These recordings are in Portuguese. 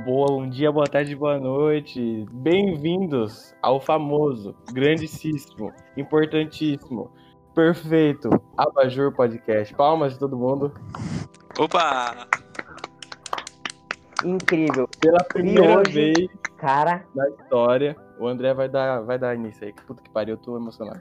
Bom dia, boa tarde, boa noite. Bem-vindos ao famoso, grandíssimo, importantíssimo, perfeito Abajur Podcast. Palmas de todo mundo. Opa! Incrível. Pela primeira hoje, vez cara, na história, o André vai dar início aí. Puta que pariu, eu tô emocionado.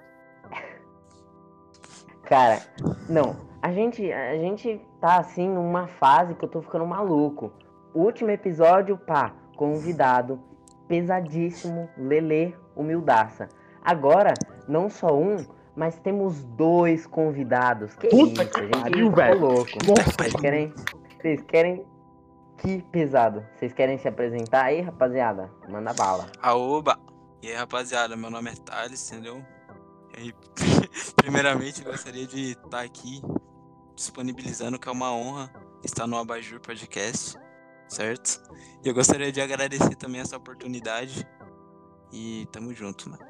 cara, não. A gente tá assim numa fase que eu tô ficando maluco. O último episódio, pá, convidado pesadíssimo, Lelê Humildaça. Agora, não só um, mas temos 2 convidados. Que Puta isso, que a gente pariu, ficou velho. louco. Nossa, Vocês querem que pesado. Vocês querem se apresentar aí, rapaziada? Manda bala. Aoba! E aí, rapaziada, meu nome é Thales, entendeu? E aí, primeiramente, gostaria de estar aqui disponibilizando que é uma honra estar no Abajur Podcast, certo? E eu gostaria de agradecer também essa oportunidade e tamo junto, mano.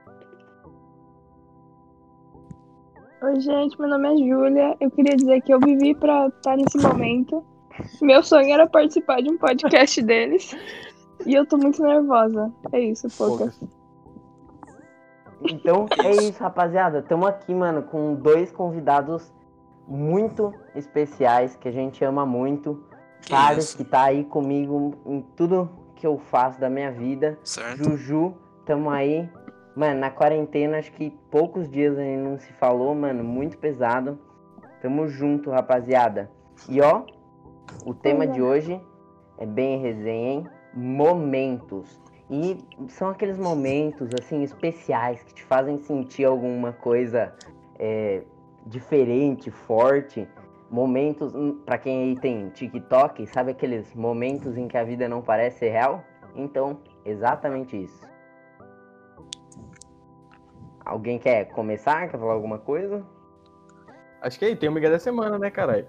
Oi, gente, meu nome é Júlia. Eu queria dizer que eu vivi pra estar nesse momento. Meu sonho era participar de um podcast deles. E eu tô muito nervosa. É isso, pouca. Então é isso, rapaziada. Tamo aqui, mano, com 2 convidados muito especiais que a gente ama muito. Thales, que tá aí comigo em tudo que eu faço da minha vida. Certo. Juju, tamo aí. Mano, na quarentena, acho que poucos dias a gente não se falou, mano. Muito pesado. Tamo junto, rapaziada. E ó, o tema de hoje é bem resenha, hein? Momentos. E são aqueles momentos, assim, especiais que te fazem sentir alguma coisa diferente, forte. Momentos, pra quem aí tem TikTok, sabe aqueles momentos em que a vida não parece ser real? Então, exatamente isso. Alguém quer começar? Quer falar alguma coisa? Acho que aí tem o Miguel da semana, né, caralho?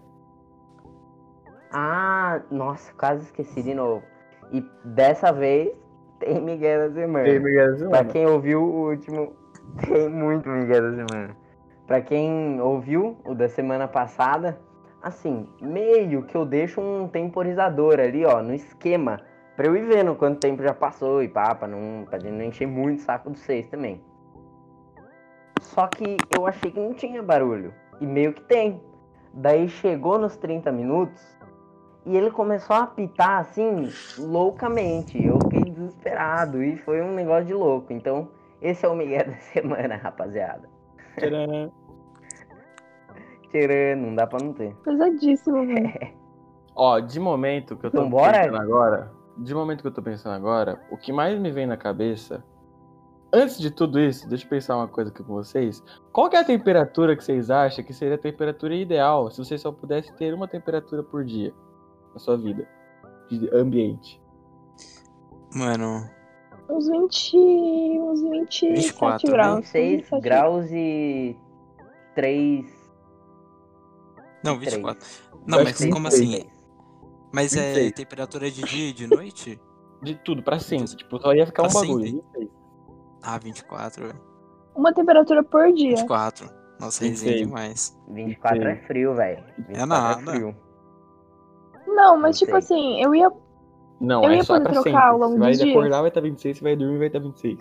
Ah, nossa, quase esqueci de novo. E dessa vez tem Miguel da semana. Tem Miguel da semana. Pra quem ouviu o último, tem muito Miguel da semana. Pra quem ouviu o da semana passada, assim, meio que eu deixo um temporizador ali, ó, no esquema, pra eu ir vendo quanto tempo já passou e pá, pra gente não encher muito o saco de vocês também. Só que eu achei que não tinha barulho, e meio que tem. Daí chegou nos 30 minutos, e ele começou a apitar, assim, loucamente. Eu fiquei desesperado e foi um negócio de louco. Então, esse é o Miguel da semana, rapaziada. Tcharam. Tirando, não dá pra não ter. Pesadíssimo, mano. Ó, de momento que eu tô Então, bora? pensando agora, o que mais me vem na cabeça, antes de tudo isso, deixa eu pensar uma coisa aqui com vocês. Qual que é a temperatura que vocês acham que seria a temperatura ideal se você só pudesse ter uma temperatura por dia na sua vida, de ambiente? Mano, Uns 27 24, graus. 26 27 graus e 3... não, 24. Não, Eu mas acho que como 26. assim? Mas é 26. temperatura de dia e de noite? De tudo, pra sempre. Tipo, só ia ficar um Pra bagulho. sempre? 26. Ah, 24, velho. Uma temperatura por dia. 24. Nossa, resenha 26. demais. 24 é frio, velho. 24 nada. frio. Não, mas 26. tipo assim, eu ia Não, Eu é ia só poder pra trocar sempre. ao longo Você vai dos dias? acordar, vai estar 26. Você vai dormir, vai estar 26.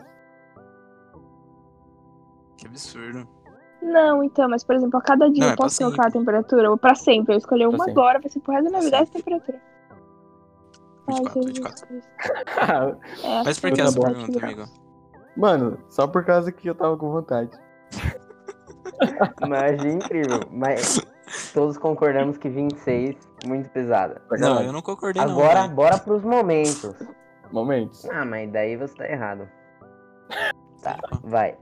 Que absurdo. Não, então, mas por exemplo, a cada dia Não, eu é pra posso trocar a sempre. temperatura ou pra sempre. Eu escolher uma sempre. agora, vai ser pro resto da minha vida essa sempre. temperatura. Ai, 24, Jesus 24. Cristo. Mas por que Tá essa bom. pergunta, amigo? Mano, só por causa que eu tava com vontade. Mas é incrível. Mas todos concordamos que 26, muito pesada. Não, eu não concordei Agora, não, bora pros momentos. Momentos. Ah, mas daí você tá errado. Tá, vai.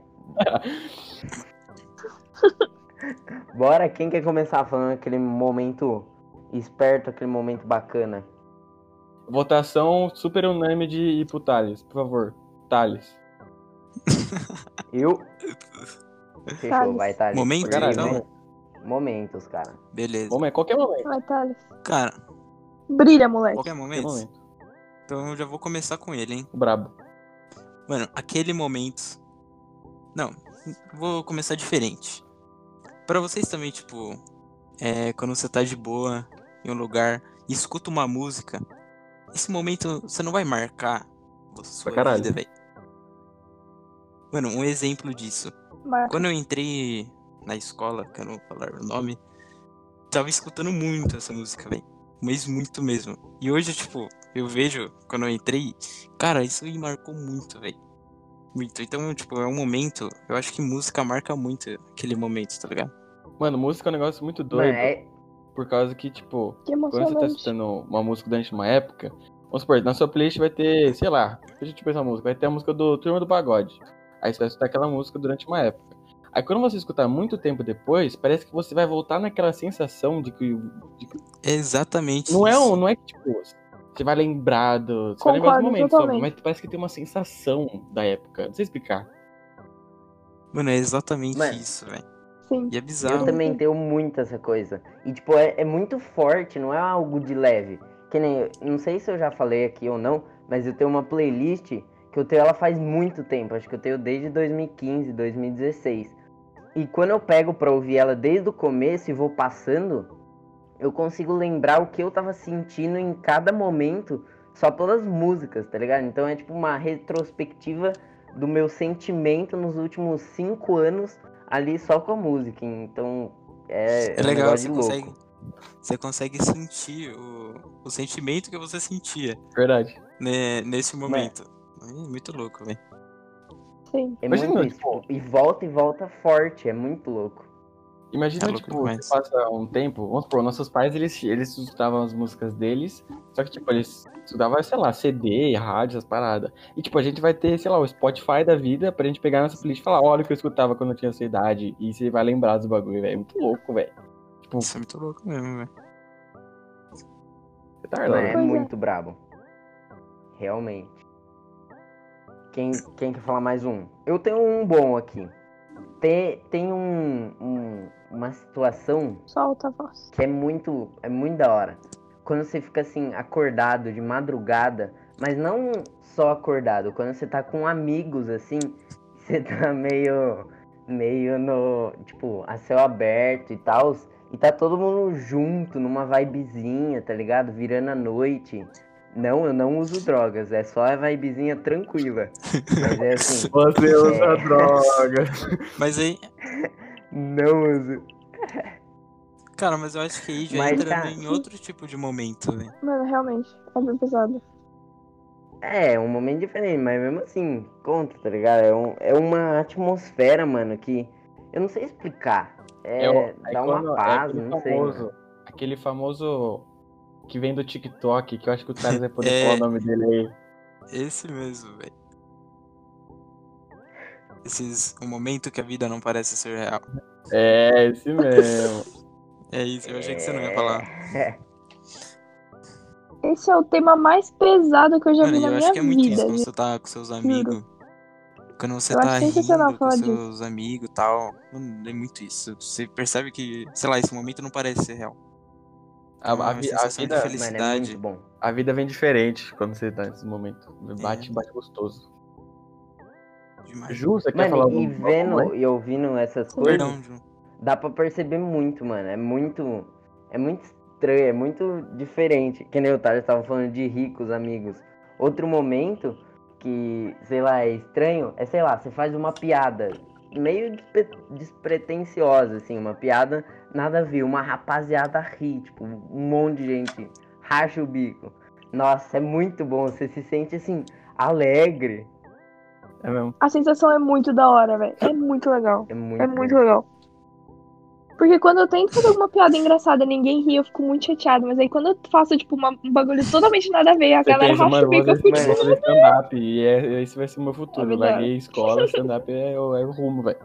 Bora, quem quer começar falando aquele momento esperto, aquele momento bacana? Votação super unânime de ir pro Thales, por favor. Thales. Eu? Fechou, Thales. vai, Thales. Momento, Caralho, então? né? Momentos, cara. Beleza. Momento, qualquer momento. Vai, Thales. Cara, Brilha, moleque. qualquer Qualquer momento. momento. Então eu já vou começar com ele, hein? Brabo. Mano, aquele momento... Não, vou começar diferente. Pra vocês também, tipo... quando você tá de boa em um lugar e escuta uma música esse momento você não vai marcar a sua Pra caralho. vida, velho. Mano, um exemplo disso. Marca. Quando eu entrei na escola, que eu não vou falar o nome, tava escutando muito essa música, velho. Mas muito mesmo. E hoje, tipo, eu vejo, quando eu entrei, cara, isso me marcou muito, velho. Muito. Então, tipo, é um momento, eu acho que música marca muito aquele momento, tá ligado? Mano, música é um negócio muito Mano, doido. Por causa que, tipo, Que quando você tá emocionante. escutando uma música durante uma época, vamos supor, na sua playlist vai ter, sei lá, deixa eu te pensar uma música, vai ter a música do Turma do Pagode. Aí você vai escutar aquela música durante uma época. Aí quando você escutar muito tempo depois, parece que você vai voltar naquela sensação de que. É exatamente Não isso. é que, tipo, você vai lembrar do. Você vai lembrar dos Concordo momentos, óbvio, totalmente. mas parece que tem uma sensação da época. Não sei explicar. Mano, é exatamente Mano, isso, velho. Sim. E é eu bizarro. também tenho muito essa coisa. E, tipo, é muito forte, não é algo de leve. Que nem, não sei se eu já falei aqui ou não, mas eu tenho uma playlist que eu tenho ela faz muito tempo. Acho que eu tenho desde 2015, 2016. E quando eu pego pra ouvir ela desde o começo e vou passando, eu consigo lembrar o que eu tava sentindo em cada momento, só pelas músicas, tá ligado? Então é tipo uma retrospectiva do meu sentimento nos últimos 5 anos ali só com a música. Então É é um legal, negócio de louco. você consegue sentir o sentimento que você sentia Verdade. nesse Mano, momento. É muito louco, velho. Sim. é Imagina, muito isso, tipo, tipo, e volta forte, é muito louco. Imagina, É louco tipo, você demais. passa um tempo, vamos supor, nossos pais, eles escutavam as músicas deles, só que, tipo, eles estudavam, sei lá, CD, rádio, essas paradas. E, tipo, a gente vai ter, sei lá, o Spotify da vida pra gente pegar nossa playlist e falar, olha o que eu escutava quando eu tinha essa idade, e você vai lembrar dos bagulho, velho. É muito louco, velho. Tipo, Isso é muito louco mesmo, velho. você tá Mano, ardado. é Pois é. muito brabo. Realmente. Quem quer falar mais um? Eu tenho um bom aqui. Tem uma situação Solta a voz. que é muito da hora. Quando você fica assim, acordado de madrugada, mas não só acordado, quando você tá com amigos assim, você tá meio no, tipo, a céu aberto e tal, e tá todo mundo junto, numa vibezinha, tá ligado? Virando a noite. Não, eu não uso drogas, é só a vibezinha tranquila. Mas é assim, Você usa drogas. Mas aí, não uso. cara, mas eu acho que aí já Mas entra tá, em outro tipo de momento, velho. Mano, realmente. É bem pesado. é um momento diferente, mas mesmo assim, conta, tá ligado? É uma atmosfera, mano, que eu não sei explicar. Aí Dá uma quando é paz, não sei, mano. aquele famoso que vem do TikTok, que eu acho que o Thales vai poder falar o É nome dele aí. esse mesmo, velho. O momento que a vida não parece ser real. É, esse mesmo. É isso, eu achei que você não ia falar. Esse é o tema mais pesado que eu já Mano, vi e na eu minha acho que é muito isso vida, quando gente. você tá com seus Juro. amigos. Quando você Eu tá acho sensacional rindo com falar disso. seus amigos e tal. Mano, é muito isso. Você percebe que, sei lá, esse momento não parece ser real. É uma A sensação de vida, Mano, é muito felicidade. bom. a vida vem diferente quando você tá nesse momento. É. Bate gostoso. Demais. Ju, você quer Mano, falar e alguma coisa? vendo e ouvindo essas Sim. coisas, Perdão, Ju. dá pra perceber muito, mano. É muito estranho, é muito diferente. Que nem o Thales tava falando de ricos amigos. Outro momento que, sei lá, é estranho, é, sei lá, você faz uma piada meio despretensiosa, assim, uma piada nada a ver, uma rapaziada ri, tipo, um monte de gente racha o bico. Nossa, é muito bom, você se sente, assim, alegre. É mesmo. A sensação é muito da hora, velho. É muito legal. É É muito muito bom. legal. Porque quando eu tento fazer alguma piada engraçada, ninguém ri, eu fico muito chateada. Mas aí quando eu faço, tipo, um bagulho totalmente nada a ver, a Você galera pensa, racha mano, o bico, eu vou fico fazer, tipo, vou fazer stand-up. E esse vai ser o meu é futuro. muito da hora. Larguei escola, stand-up é o rumo, velho.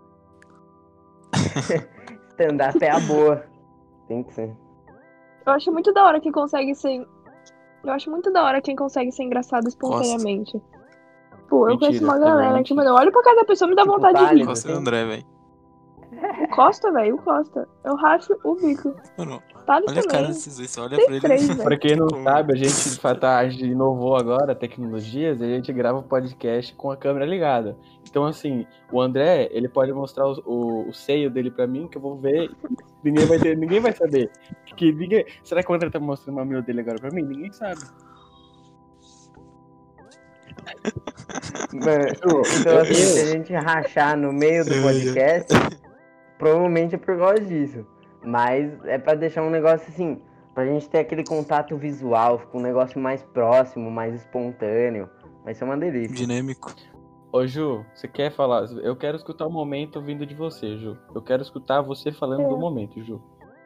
Stand-up é a boa. Tem que ser. Eu acho muito da hora quem consegue ser. Eu acho muito da hora quem consegue ser engraçado espontaneamente. Pô, eu conheço Mentira, uma é galera que, mentira. mano, eu olho pra cara da pessoa e me dá Tipo vontade de rir. Thales, Costa e assim. André, velho. O Costa, velho, o Costa. Eu racho o bico. Mano, Thales olha a cara também. desses dois. Você olha Tem pra ele. três, velho. Pra quem não Como? sabe, a gente inovou agora tecnologias e a gente grava o podcast com a câmera ligada. Então, assim, o André, ele pode mostrar o seio dele pra mim, que eu vou ver. Ninguém vai saber. Será que o André tá mostrando o mamilo dele agora pra mim? Ninguém sabe. Então, assim, se a gente rachar no meio do podcast, provavelmente é por causa disso. Mas é pra deixar um negócio assim, pra gente ter aquele contato visual, ficar um negócio mais próximo, mais espontâneo. Vai ser uma delícia. Dinâmico. Ô, Ju, você quer falar? Eu quero escutar o momento vindo de você, Ju. Eu quero escutar você falando do momento, Ju.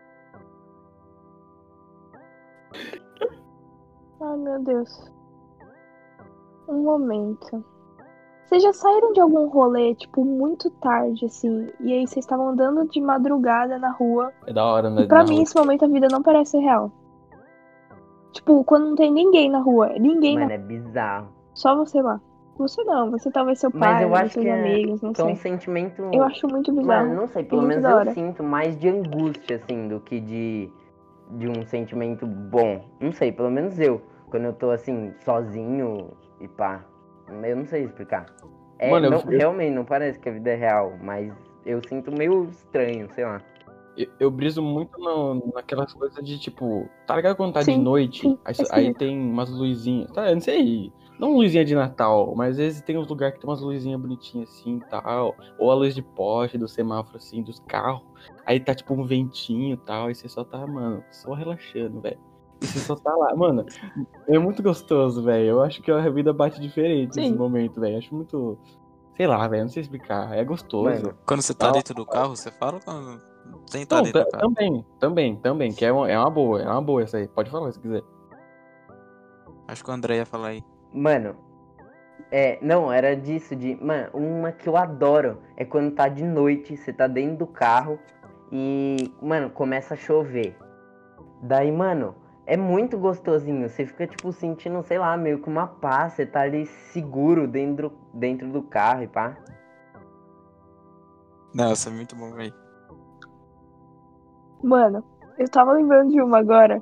Ai, meu Deus. Um momento. Vocês já saíram de algum rolê, tipo, muito tarde, assim, e aí vocês estavam andando de madrugada na rua, É da hora, né? e pra na mim rua. esse momento a vida não parece real. Tipo, quando não tem ninguém na rua, ninguém Mano, é bizarro. só você lá. Você não, você talvez seu Mas pai, eu acho seus que amigos, não que é um sei. sentimento. Eu acho muito bizarro. Mano, não sei, e pelo muito menos da eu hora. sinto mais de angústia, assim, do que de um sentimento bom. Não sei, pelo menos eu. Quando eu tô, assim, sozinho e pá. Eu não sei explicar. Mano, eu- Realmente não parece que a vida é real, mas eu sinto meio estranho, sei lá. Eu briso muito naquelas coisas de tipo, tá ligado quando tá de Sim, noite? sim, Aí, é aí esquisito. tem umas luzinhas. Tá, eu não sei. Não luzinha de Natal, mas às vezes tem uns lugares que tem umas luzinhas bonitinhas assim e tal. Ou a luz de poste do semáforo assim, dos carros. Aí tá tipo um ventinho e tal. E você só tá, mano, só relaxando, velho. E você só tá lá, mano. É muito gostoso, velho. Eu acho que a vida bate diferente nesse Sim. momento, velho. Acho muito. Sei lá, velho. Não sei explicar. É gostoso. Mano, Quando você tá Tá. dentro do carro, você fala ou quando sem estar Não, dentro do carro? também, que é uma boa essa aí. Pode falar se quiser. Acho que o André ia falar aí. mano, não, era disso, mano, uma que eu adoro é quando tá de noite, você tá dentro do carro e, mano, começa a chover. Daí, mano, é muito gostosinho, você fica, tipo, sentindo, sei lá, meio que uma paz, você tá ali seguro dentro do carro e pá. Nossa, é muito bom, velho. Mano, eu tava lembrando de uma agora.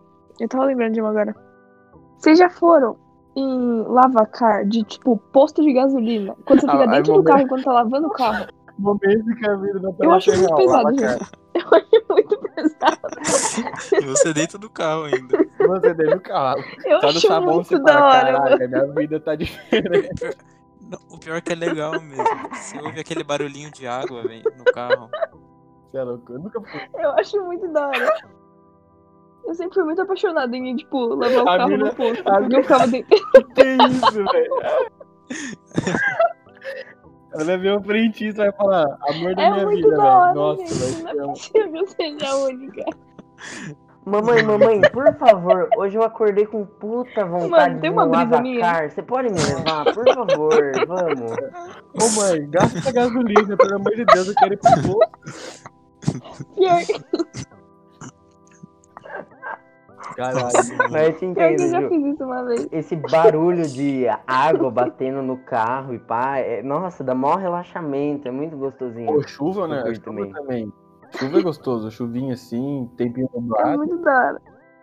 Vocês já foram em lavacar de, tipo, posto de gasolina? Quando você fica Aí, dentro do carro enquanto tá lavando o carro? Momento que a vida não Eu acho muito pesado, gente. Eu acho muito pesado. E você dentro do carro ainda. Você dentro do carro. Eu Só no acho sabão muito você da fala, hora, caraca, mano. minha vida tá diferente. O pior é que é legal mesmo. Você ouve aquele barulhinho de água, velho, no carro. Você é louco, eu nunca fui. Eu acho muito da hora. Eu sempre fui muito apaixonada em, tipo, lavar o A carro mina- no posto. a Porque eu ficava dentro. Que isso, velho? Ela vê um print e vai falar, amor da É minha muito vida, da velho. hora, Nossa, gente. velho, Não te é amo. possível ser a única. Mamãe, por favor, hoje eu acordei com puta vontade Mano, tem de uma um brisa minha. lavacar. Você pode me levar, por favor? Vamos. Ô mãe, gasta gasolina, pelo amor de Deus, eu quero ir pro posto. Pior, Caralho. Mas eu te pior que entendo, eu já Ju. fiz isso uma vez. Esse barulho de água batendo no carro e pá, nossa, dá maior relaxamento, é muito gostosinho. Pô, chuva, né? Eu curto Chuva também. também. Chuva é gostoso, chuvinha assim, tempinho É nublado. muito da hora.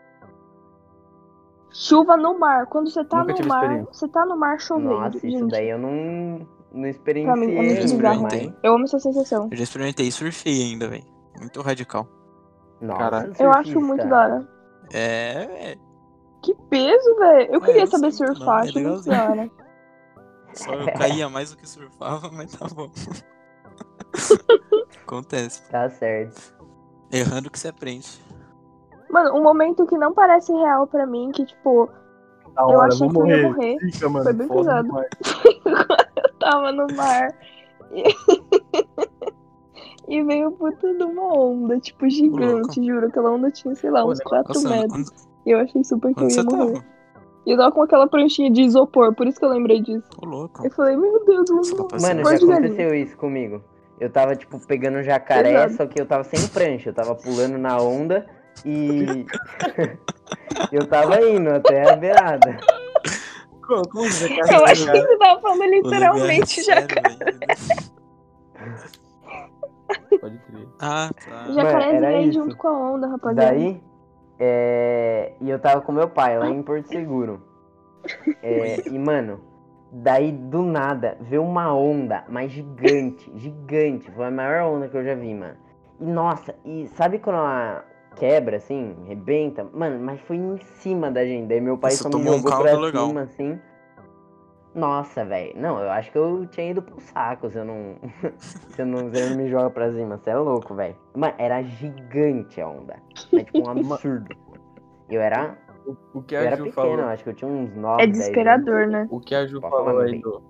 Chuva no mar. Quando você tá Nunca no tive mar, experiência. você tá no mar chovendo. Nossa, isso gente. daí eu não Pra mim é experienciei muito Eu ainda, bizarro. experimentei. mas... Eu amo essa sensação. Eu já experimentei e surfei ainda, velho. Muito radical. Nossa, Caralho. Eu acho surfista. muito da hora. É. Que peso, velho. Eu queria não saber sei muito surfar, não, é acho muito legalzinho. da hora. Só eu caía mais do que surfava, mas tá bom. Acontece. Tá certo. Errando que você aprende. Mano, um momento que não parece real pra mim, que, tipo, Da eu hora, achei vou que eu ia morrer. morrer. Fica, mano, Foi bem foda pesado. demais. Eu tava no mar e veio puta de uma onda, tipo, gigante, juro. Aquela onda tinha, sei lá, Pô, uns 4 Nossa, metros. E eu achei super que eu onde ia você morrer. tava? E eu tava com aquela pranchinha de isopor, por isso que eu lembrei disso. Ô, louco. Eu falei, meu Deus, eu Só vou pra Mano, Porto já de galinha. aconteceu isso comigo. Eu tava, tipo, pegando jacaré, Pesado. só que eu tava sem prancha. Eu tava pulando na onda e... eu tava indo até a beirada. Como você Eu quer acho que você tava falando literalmente já. Sério, velho. Pode crer. Ah, tá. Jacarezinho era aí isso. junto com a onda, rapaziada. Daí, e eu tava com meu pai lá em Porto Seguro. E, mano, daí do nada veio uma onda, mas gigante, gigante. Foi a maior onda que eu já vi, mano. E nossa, e sabe quando ela quebra assim, rebenta? Mano, mas foi em cima da gente. Daí meu pai Você só me tomou um jogou caldo pra legal. cima assim. Nossa, velho. Não, eu acho que eu tinha ido pro saco se eu não. se eu não me joga pra cima. Você é louco, velho. Mano, era gigante a onda. Mas tipo um absurdo. Eu era. O que Eu a era Ju pequeno, eu falou. acho que eu tinha uns 9, É 10 anos. desesperador, né? O que a Ju Pode falou falar, meu aí bem. do.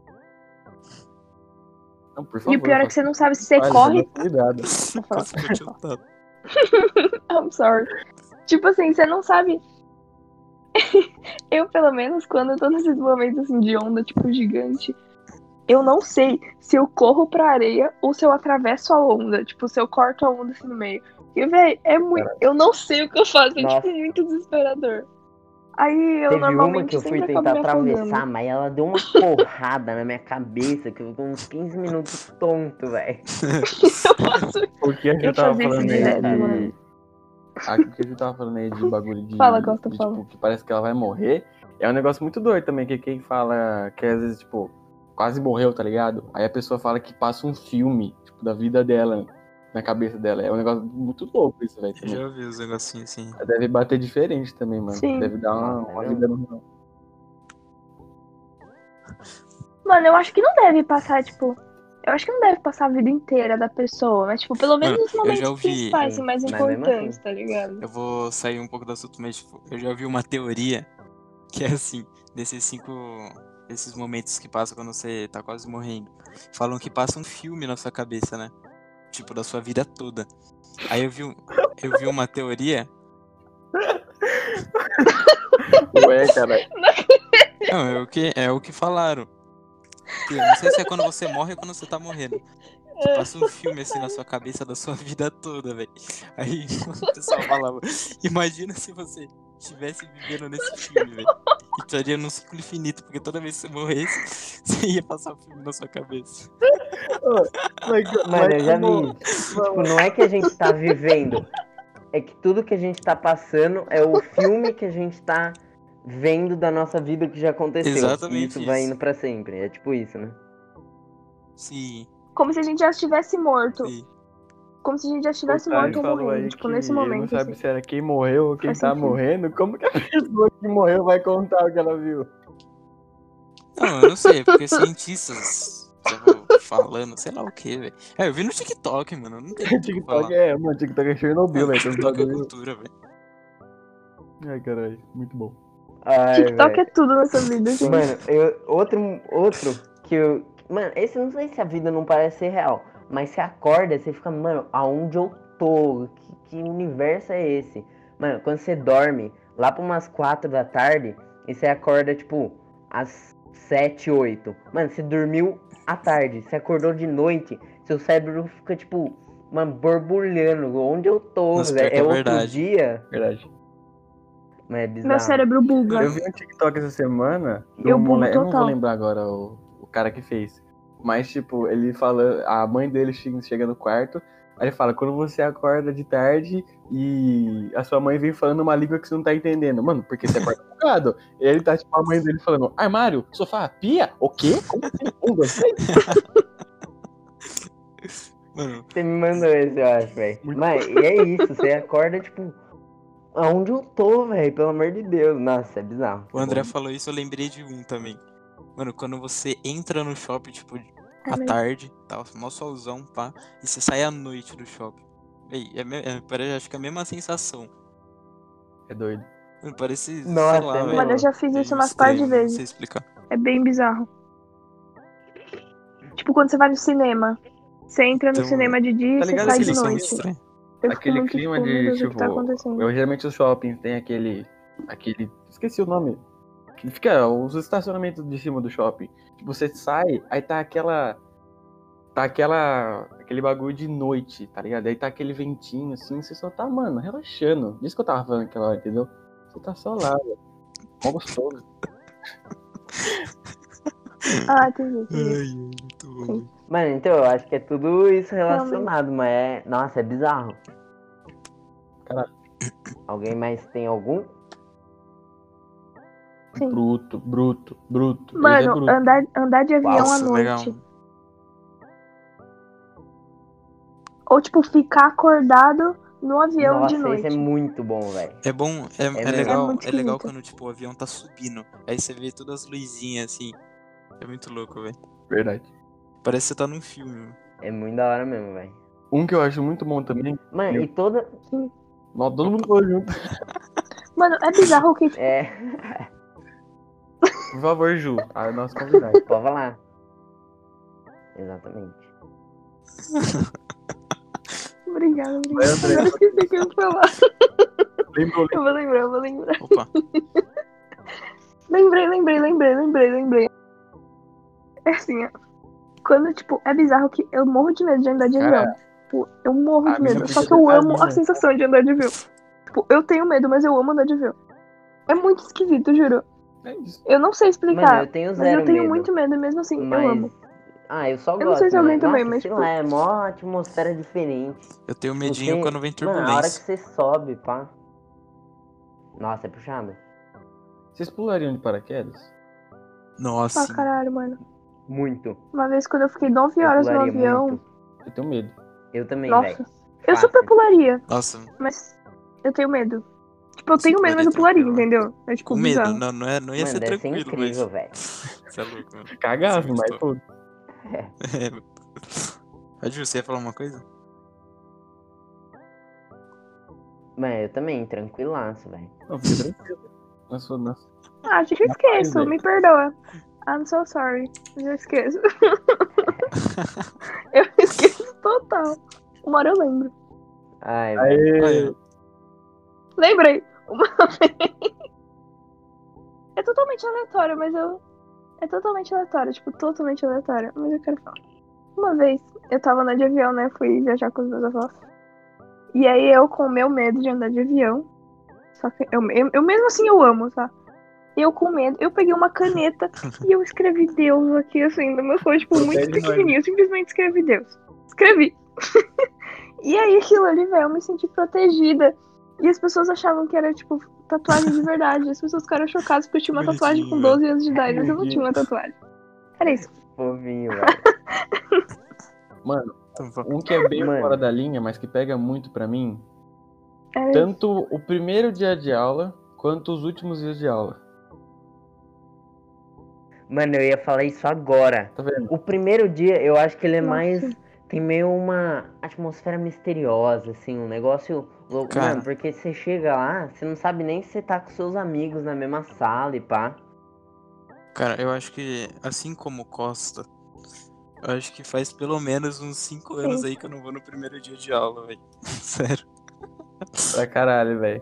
Não, por favor. E o pior é que você não sabe se você Olha, corre. dá cuidado. Vou falar. Ficou tiltado. I'm sorry. Tipo assim, você não sabe. Eu, pelo menos, quando eu tô nesses momentos assim de onda, tipo, gigante, eu não sei se eu corro pra areia ou se eu atravesso a onda. Tipo, se eu corto a onda assim no meio. E, véi, é muito. Eu não sei o que eu faço, é Nossa. tipo muito desesperador. Aí eu Teve uma normalmente que eu fui sempre acabo tentar me afogando. atravessar, mas ela deu uma porrada na minha cabeça que eu fiquei uns 15 minutos tonto, velho. O que a Ju Eu tava fazia isso falando aí direto, de. mano. O que a Ju tava falando aí de bagulho de. Fala, Costa, de, fala. tipo, que parece que ela vai morrer. É um negócio muito doido também, que quem fala que às vezes, tipo, quase morreu, tá ligado? Aí a pessoa fala que passa um filme, tipo, da vida dela na cabeça dela. É um negócio muito louco isso, velho. Eu já ouvi os negocinhos assim. Deve bater diferente também, mano. Sim. Deve dar Nossa, uma não. vida normal. Mano, eu acho que não deve passar, tipo. Eu acho que não deve passar a vida inteira da pessoa, mas, tipo, pelo menos Mano, nos eu já momentos ouvi- principais, Sim, assim, mais mas mesmo importantes, assim. tá ligado? Eu vou sair um pouco do assunto, mas tipo, eu já ouvi uma teoria que é assim, desses momentos que passam quando você tá quase morrendo. Falam que passa um filme na sua cabeça, né? Tipo, da sua vida toda. Aí eu vi uma teoria. Ué, cara. Não, é o que falaram. Que eu não sei se é quando você morre ou quando você tá morrendo. Que passa um filme assim na sua cabeça da sua vida toda, velho. Aí o pessoal falava, imagina se você estivesse vivendo nesse filme, velho. E estaria num ciclo infinito, porque toda vez que você morresse, você ia passar um filme na sua cabeça. Mano, eu já vi. Tipo, não é que a gente tá vivendo. É que tudo que a gente tá passando é o filme que a gente tá vendo da nossa vida que já aconteceu. Exatamente E isso vai isso. indo pra sempre. É tipo isso, né? Sim, Como se a gente já estivesse morto. sim. Como se a gente já estivesse O Thales morto ou falou morrendo. aí Tipo, que nesse ele não momento, sabe assim. se era quem morreu ou quem Faz tá sentido. morrendo. Como que a pessoa que morreu vai contar o que ela viu? Não, eu não sei, é porque cientistas estavam falando, sei lá o que, velho. É, eu vi no TikTok, mano, não tem muito o que TikTok falar. mano, TikTok é Chernobyl, Mano, velho. Tem uns TikTok é bagulho. cultura, velho. Ai, caralho, muito bom. Ai, TikTok velho. é tudo nessa vida, gente. Mano, outro que eu. Mano, esse não sei se a vida não parece ser real. Mas você acorda, você fica, mano, aonde eu tô? Que universo é esse? Mano, quando você dorme, lá pra umas 4 da tarde, e você acorda, tipo, às 7, 8. Mano, você dormiu à tarde, você acordou de noite, seu cérebro fica, tipo, mano, borbulhando. Onde eu tô? Nossa, pior que é outro verdade. dia? Verdade. Mas é bizarro. Meu cérebro buga. Eu vi um TikTok essa semana de Eu um bugo moleque. Eu não vou total. lembrar agora o cara que fez. Mas, tipo, ele fala. A mãe dele chega no quarto. Aí ele fala: quando você acorda de tarde e a sua mãe vem falando uma língua que você não tá entendendo. Mano, porque você acorda bugado. E ele tá, tipo, a mãe dele falando: armário, sofá, pia? O quê? Como assim? 1, 2, 3? Mano, Você me mandou esse, eu acho, velho. Mas e é isso, você acorda, tipo, aonde eu tô, velho? Pelo amor de Deus. Nossa, é bizarro. o André falou isso, eu lembrei de um também. Mano, quando você entra no shopping, tipo, à Também. tarde, tá, mó solzão, pá, e você sai à noite do shopping. Véi, parece, acho que é a mesma sensação. É doido. Mano, parece, Nossa, sei lá, é velho. Mano, eu já fiz É isso umas par de estranho, Não vezes. sei explicar. É bem bizarro. Tipo, quando você vai no cinema. Você entra no Então, cinema de dia e tá você ligado sai aquele de sensação noite. estranha. Eu fico Aquele muito, clima tipo, meu de, Deus, o tipo, que tá acontecendo? geralmente os shoppings tem aquele. Esqueci o nome. Que fica os estacionamentos de cima do shopping. Tipo, você sai, aí tá aquele bagulho de noite, tá ligado? Aí tá aquele ventinho assim, você só tá, mano, relaxando. Disso que eu tava falando aquela hora, entendeu? Você tá só lá, velho. Mó gostoso. Ah, entendi. Ai, muito bom. Sim. Mano, então eu acho que é tudo isso relacionado, mas é. Nossa, é bizarro. Caralho. Alguém mais tem algum? Sim. Bruto. Ele é Mano, bruto. andar de avião Nossa, à legal. noite. Ou, tipo, ficar acordado no avião Nossa, de noite. esse é muito bom, velho. É bom, é mesmo. legal, É muito é legal esquisito. quando tipo, o avião tá subindo. Aí você vê todas as luzinhas assim. É muito louco, velho. Verdade. Parece que você tá num filme, mano. É muito da hora mesmo, velho. Um que eu acho muito bom também. Mano, e toda. Nossa, todo mundo falou junto. Mano, é bizarro que, tipo, É. Por favor, Ju, a nossa convidada. Pode falar. Exatamente. obrigada. Vai, André. Agora esqueci o que eu ia falar. Lembrou, Eu vou lembrar. Opa. Lembrei. É assim, ó. Quando, tipo, é bizarro que eu morro de medo de andar de Cara, avião. Tipo, eu morro de a mina medo. Só podia que eu ter amo a trazido. sensação de andar de avião. Tipo, eu tenho medo, mas eu amo andar de avião. É muito esquisito, juro. É isso. Eu não sei explicar. Mano, eu tenho mas zero eu tenho medo. muito medo, e mesmo assim, Mas. eu amo. Ah, eu só Eu gosto. não sei se alguém mano. também, Nossa, mas, sei tipo, lá, é mó atmosfera diferente. Eu tenho medinho Você- quando vem Mano, a hora que turbulência. você sobe, pá. Nossa, é puxado. Vocês pulariam de paraquedas? Nossa, ah, sim. caralho, mano. Muito. Uma vez quando eu fiquei 9 Eu horas no pularia avião. muito. Eu tenho medo. Eu também, Nossa. velho. Eu super pularia, Nossa, mas eu tenho medo. Tipo, eu Você tenho medo, mas eu pularia pularia, tranquilo, entendeu? É tipo com medo. bizarro. Não ia Mano, ser deve ser tranquilo, incrível, mas. velho. Você é louco, mano. Cagaço, Sim, mas estou. pô. A Ju, você ia falar uma coisa? Mano, eu também, tranquilaço, velho. Não, fica tranquilo. Nossa. Ah, acho que eu esqueço, velho. me perdoa. I'm so sorry. Eu esqueço. Eu esqueço total. Uma hora eu lembro. Ai, velho. Aê! Lembrei. Uma vez. É totalmente aleatório, mas eu. É totalmente aleatório, tipo, totalmente aleatório. Mas eu quero falar. Uma vez, eu tava andando de avião, né? Fui viajar com os meus avós. E aí eu, com o meu medo de andar de avião. Só que eu mesmo assim eu amo, tá? Eu com medo, eu peguei uma caneta e eu escrevi Deus aqui, assim, no meu foi, tipo, muito Protege nós. pequenininho. Eu simplesmente escrevi Deus. Escrevi. E aí aquilo ali, velho, eu me senti protegida. E as pessoas achavam que era, tipo, tatuagem de verdade. As pessoas ficaram chocadas porque eu tinha uma tatuagem com Bonitinho, 12 anos de idade, mas eu não Bonitinho. tinha uma tatuagem. Era isso. Fofinho, velho. Mano, Então, vamos. um que é bem Mano. fora da linha, mas que pega muito pra mim, Era isso. tanto o primeiro dia de aula quanto os últimos dias de aula. Mano, eu ia falar isso agora. Tá vendo? O primeiro dia, eu acho que ele é Nossa. mais. Tem meio uma atmosfera misteriosa, assim, um negócio louco. Cara. Mano, porque você chega lá, você não sabe nem se você tá com seus amigos na mesma sala e pá. Cara, eu acho que, assim como Costa, eu acho que faz pelo menos uns 5 anos aí que eu não vou no primeiro dia de aula, velho. Sério. Pra caralho, velho.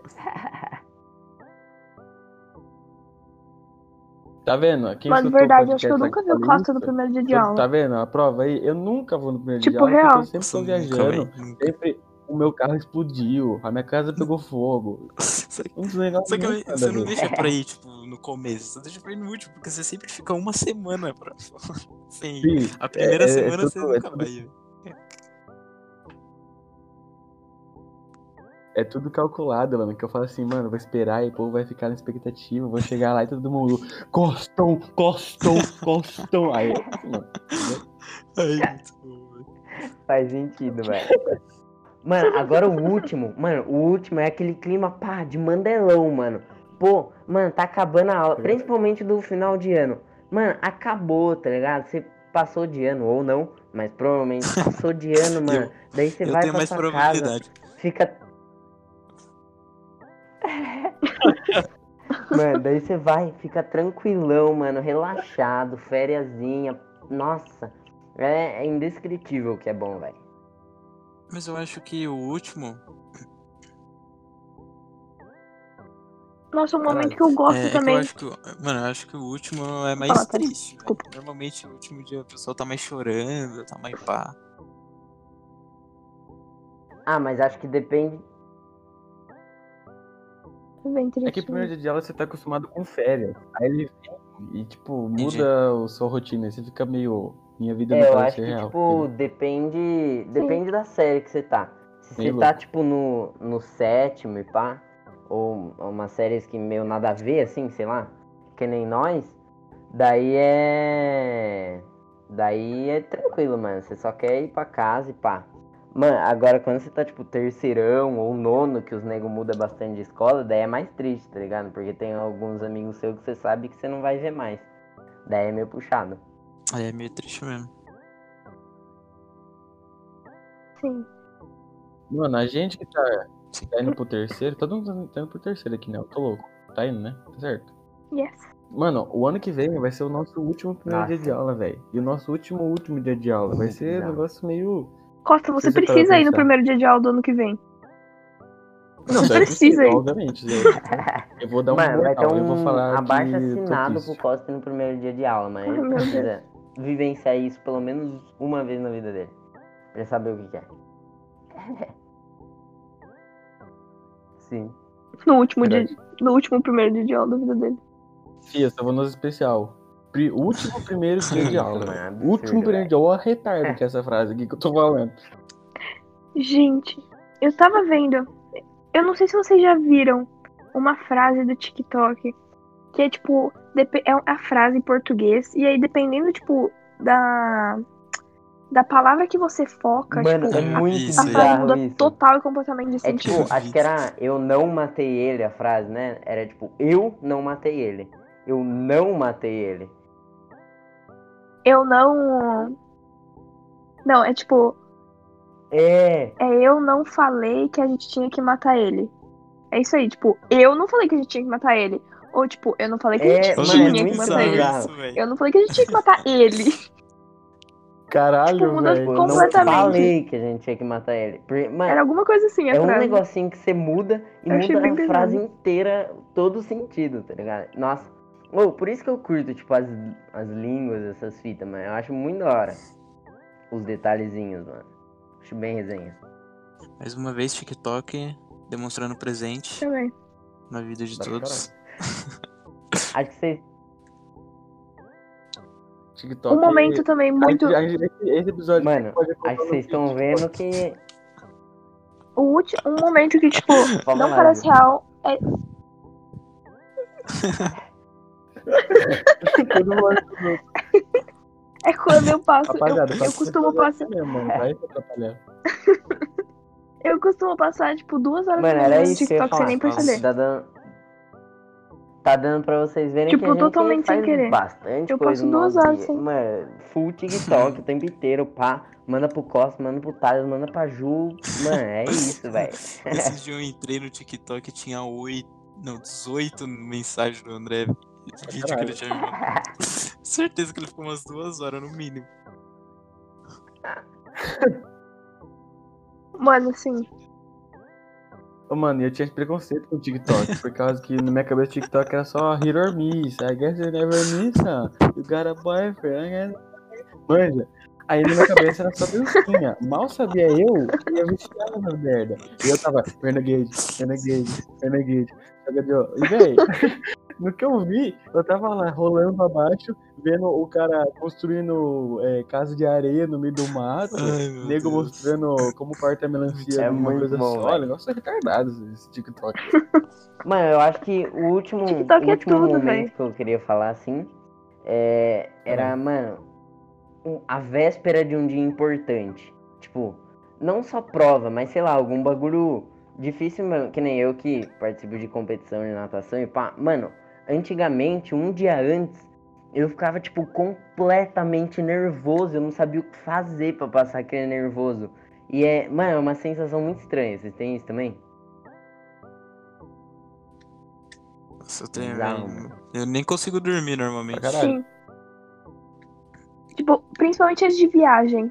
Tá vendo? Quem Mano, escutou o verdade, acho que eu podcast nunca vi o aqui Costa fala no isso, primeiro dia de tá aula. vendo a prova aí? Eu nunca vou no primeiro dia de Tipo, aula porque real. eu sempre Nossa, tô nunca, viajando. velho. Nunca. Sempre o meu carro explodiu, a minha casa pegou fogo. Só Um dos negócios só que muito nada você a não ver. deixa pra ir, tipo, no começo, você deixa pra ir no último, porque você sempre fica uma semana pra. Sem ir. Sim, A primeira semana tudo- você nunca tudo- vai. Velho. É tudo calculado, mano. Que eu falo assim, mano, vou esperar e o povo vai ficar na expectativa. Vou chegar lá e todo mundo. Costão. Aí, mano. Ai, muito bom, velho. Faz sentido, velho. Mano, agora o último. Mano, o último é aquele clima, pá, de mandelão, mano. Pô, mano, tá acabando a aula. Principalmente do final de ano. Mano, acabou, tá ligado? Você passou de ano, ou não, mas provavelmente passou de ano, mano. Daí você Eu vai tenho pra mais sua casa, probabilidade. fica. Mano, daí você vai, fica tranquilão, mano, relaxado, fériasinha. Nossa, é indescritível o que é bom, velho. Mas eu acho que o último. Nossa, um momento Caralho. que eu gosto É que também. eu acho que. Mano, eu acho que o último é mais Fala, tá? triste, velho. Desculpa. Normalmente o último dia a pessoa tá mais chorando, tá mais pá. Ah, mas acho que depende. Bem É que o primeiro dia de aula você tá acostumado com férias. Aí ele vem e, tipo, Entendi. muda a sua rotina. Aí você fica meio. Minha vida não Eu pode acho ser que, real. tipo, depende da série que você tá. Se Meio você tá, louco. tipo, no sétimo e pá, ou umas séries que meio nada a ver, assim, sei lá, que nem nós, daí é tranquilo, mano. Você só quer ir pra casa e pá. Mano, agora quando você tá, tipo, terceirão ou nono, que os nego muda bastante de escola, daí é mais triste, tá ligado? Porque tem alguns amigos seus que você sabe que você não vai ver mais. Daí é meio puxado. Aí é meio triste mesmo. Sim. Mano, a gente que tá indo pro terceiro, todo mundo tá indo pro terceiro aqui, né? Eu tô louco. Tá indo, né? Tá certo? Yes. Mano, o ano que vem vai ser o nosso último primeiro dia Nossa. de aula, velho. E o nosso último dia de aula vai ser um Bizarro. negócio meio... Costa, você Você precisa para ir no pensar. primeiro dia de aula do ano que vem. Não, Você você precisa ir. obviamente. Eu vou dar um Mano, vai ter mortal, eu vou falar abaixo que assinado tô pro triste. Costa no primeiro dia de aula, mas Ai, ele meu precisa vivenciar isso pelo menos uma vez na vida dele. Pra ele saber o que é. Sim. No último Verdade. primeiro dia de aula da vida dele. Fia, só vou no especial. Último primeiro dia de Isso, aula. mano, absurdo, Último primeiro velho. dia de aula, retardo que é essa frase aqui que eu tô falando. Gente, eu tava vendo. Eu não sei se vocês já viram uma frase do TikTok. Que é tipo. É a frase em português. E aí, dependendo, tipo, da palavra que você foca, Mano, tipo, é eu muito vi isso a aí. frase bizarro muda isso. total e completamente de É sentido. tipo, acho que era eu não matei ele a frase, né? Era tipo, eu não matei ele. Eu não matei ele. Eu não. Não, é tipo. É, Eu não falei que a gente tinha que matar ele. É isso aí, tipo, eu não falei que a gente tinha que matar ele. Ou, tipo, eu não falei que a gente mano, Nossa, é muito tinha que muito matar ele. bizarro. isso, velho. Eu não falei que a gente tinha que matar ele. Caralho, Tipo, muda velho. Eu não completamente. falei que a gente tinha que matar ele. Mano, Era alguma coisa assim a é um frase. negocinho que você muda e Eu achei muda bem a frase pesado. inteira, todo o sentido, tá ligado? Nossa. Ô, por isso que eu curto, tipo, as línguas, essas fitas, mano. Eu acho muito da hora. Os detalhezinhos, mano. Acho bem resenha. Mais uma vez, TikTok demonstrando presente Também. na vida de Dá pra todos. Acho que vocês. TikTok. Um momento também muito. Esse episódio Mano, pode acho que colocar no vocês estão vídeo. vendo que. Um momento que, tipo, Pode não falar, parece Ju. real. É Todo mundo. É quando eu passo. Rapaziada, Eu costumo passar. mesmo, mano. Vai se atrapalhar. Eu costumo passar, tipo, 2 horas Mano, da manhã era no isso que eu ia TikTok sem nem falar. perceber. Tá dando pra vocês verem que a Tipo, gente totalmente sem faz querer. bastante Eu coisa passo no 2 nosso horas dia. sem. Mano, full TikTok o tempo inteiro, pá. Manda pro Costa, manda pro Thales, manda pra Ju. Mano, é isso, velho. Esses dias eu entrei no TikTok e tinha 18 mensagens do André de vídeo que ele tinha me mandado. Certeza que ele ficou umas 2 horas no mínimo. Mano, assim. Ô, mano, eu tinha preconceito com o TikTok, por causa que na minha cabeça o TikTok era só hit or miss. I guess you never miss, huh? You got a boyfriend. Manja. Aí na minha cabeça era só dancinha. Mal sabia eu que ia viciar na merda. E eu tava, Renegade. E, véi, no que eu vi, eu tava lá rolando abaixo, vendo o cara construindo casa de areia no meio do mato, Ai, meu nego Deus. mostrando como corta a melancia É numa muito coisa bom, só. velho. Negócio retardado esse TikTok. Mano, eu acho que o último TikTok é tudo, momento véi. que eu queria falar, assim, era, mano, a véspera de um dia importante. Tipo, não só prova, mas sei lá, algum bagulho difícil, mano, que nem eu que participo de competição de natação e pá. Mano, antigamente, um dia antes, eu ficava, tipo, completamente nervoso. Eu não sabia o que fazer pra passar aquele nervoso. E mano, é uma sensação muito estranha. Vocês têm isso também? Nossa, eu tenho, Bizarro, velho. mano. Eu nem consigo dormir Pra normalmente. caralho. Sim. Tipo, principalmente antes de viagem.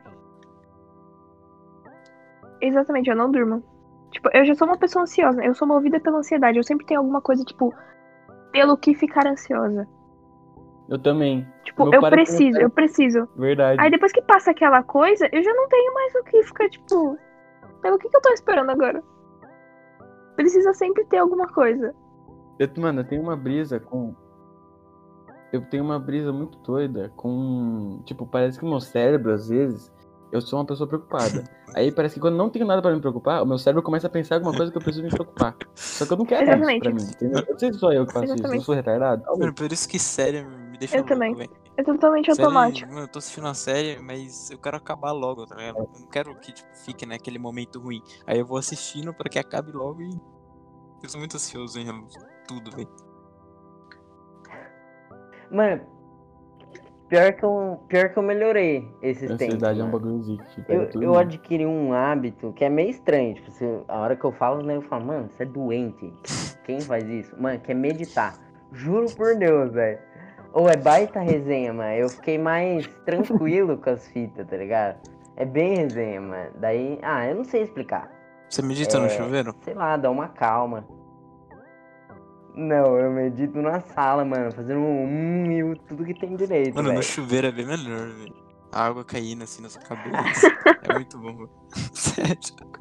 Exatamente, eu não durmo. Tipo, eu já sou uma pessoa ansiosa. Eu sou movida pela ansiedade. Eu sempre tenho alguma coisa, tipo, pelo que ficar ansiosa. Eu também. Tipo, Meu eu pai preciso. Verdade. Aí depois que passa aquela coisa, eu já não tenho mais o que ficar, tipo, pelo que eu tô esperando agora? Precisa sempre ter alguma coisa. Mano, eu tenho uma brisa com. Eu tenho uma brisa muito doida com. Tipo, parece que o meu cérebro, às vezes, eu sou uma pessoa preocupada. Aí parece que quando não tenho nada pra me preocupar, o meu cérebro começa a pensar em alguma coisa que eu preciso me preocupar. Só que eu não quero isso Exatamente. pra mim, entendeu? Eu não sei se sou eu que faço isso, eu Exatamente. sou retardado. Mano, por isso que série me deixa Eu louco, também. velho. É totalmente Série, automático. mano, eu tô assistindo uma série, mas eu quero acabar logo, tá ligado? Eu não quero que tipo, fique naquele momento ruim. Aí eu vou assistindo pra que acabe logo e. Eu sou muito ansioso em tudo, velho. Mano, Pior que eu melhorei esses tempos. Ansiedade é um Mano. bagulho zica. Tipo, é tudo Eu isso. adquiri um hábito que é meio estranho. Tipo, a hora que eu falo, né, eu falo, mano, você é doente. Quem faz isso? Mano, que é meditar. Juro por Deus, velho. Ou é baita resenha, mano. Eu fiquei mais tranquilo com as fitas, tá ligado? É bem resenha, mano. Daí, eu não sei explicar. Você medita no chuveiro? Sei lá, dá uma calma. Não, eu medito na sala, mano, fazendo e tudo que tem direito, Mano, no velho. chuveiro é bem melhor, velho. A água caindo assim na sua cabeça. É muito bom, velho. Sério.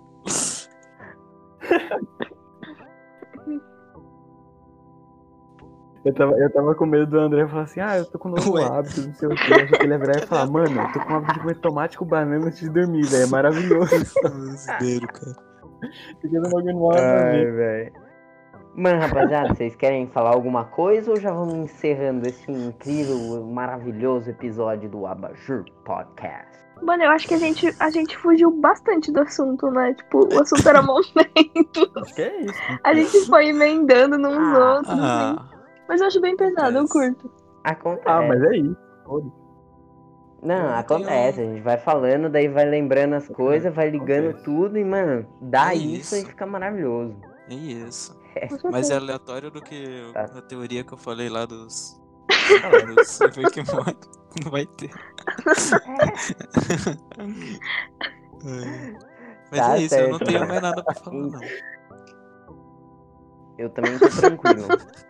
Eu tava com medo do André falar assim, eu tô com um novo Ué. hábito, não sei o quê. Achei que ele ia virar e falar, mano, eu tô com o hábito de comer tomate com banana antes de dormir, velho. É maravilhoso. Brasileiro, cara. Fiquei no bagulho mal a ver. Velho. Mano, rapaziada, vocês querem falar alguma coisa ou já vamos encerrando esse incrível, maravilhoso episódio do Abajur Podcast? Mano, eu acho que a gente fugiu bastante do assunto, né? Tipo, o assunto era momentos. Acho que é isso. A gente foi emendando nos outros, assim. Ah, Mas eu acho bem pesado, eu curto. Acontece. Mas é isso. Foda-se. Não, Eu acontece. tenho- A gente vai falando, daí vai lembrando as coisas, vai ligando Acontece. tudo e, mano, dá É isso e isso. fica maravilhoso. é isso. Com Mais certeza. aleatório do que Tá. a teoria que eu falei lá dos Pokémon. Não vai ter. É. Mas Tá é isso, eu não certo, tenho mano. mais nada pra falar, não. Eu também tô tranquilo.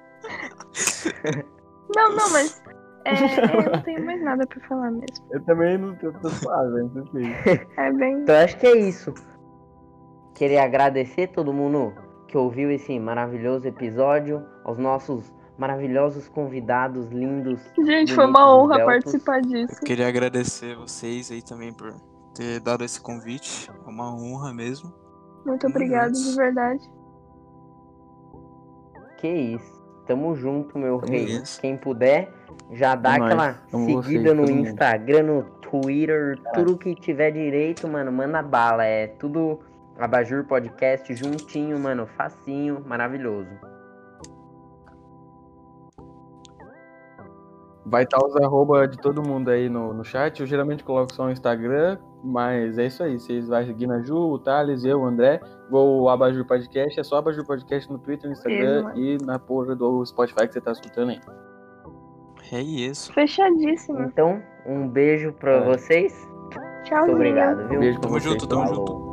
Não, mas eu não tenho mais nada pra falar mesmo. Eu também não tô suave, velho. Tranquilo. É bem. Então acho que é isso. Queria agradecer todo mundo que ouviu esse maravilhoso episódio, aos nossos maravilhosos convidados lindos. Gente, foi bonitos uma e honra esbeltos. participar disso. Eu queria agradecer vocês aí também por ter dado esse convite. É uma honra mesmo. Muito obrigada, de verdade. Que isso. Tamo junto, meu Tamo rei. isso. Quem puder, já dá É nóis. aquela Amo seguida vocês, no todo mundo. Instagram, no Twitter, tudo que tiver direito, mano, manda bala. É tudo Abajur Podcast juntinho, mano, facinho, maravilhoso. Vai estar os arroba de todo mundo aí no chat. Eu geralmente coloco só o Instagram, mas é isso aí. Vocês vão seguir na Ju, o Thales, eu, o André. O Abajur Podcast. É só Abajur Podcast no Twitter, no Instagram Isso, e na porra do Spotify que você tá escutando aí. É isso. Fechadíssimo. Então, um beijo pra vocês. Tchauzinho. Muito obrigado, viu? Beijo pra Tamo vocês. junto, tamo Falou. junto.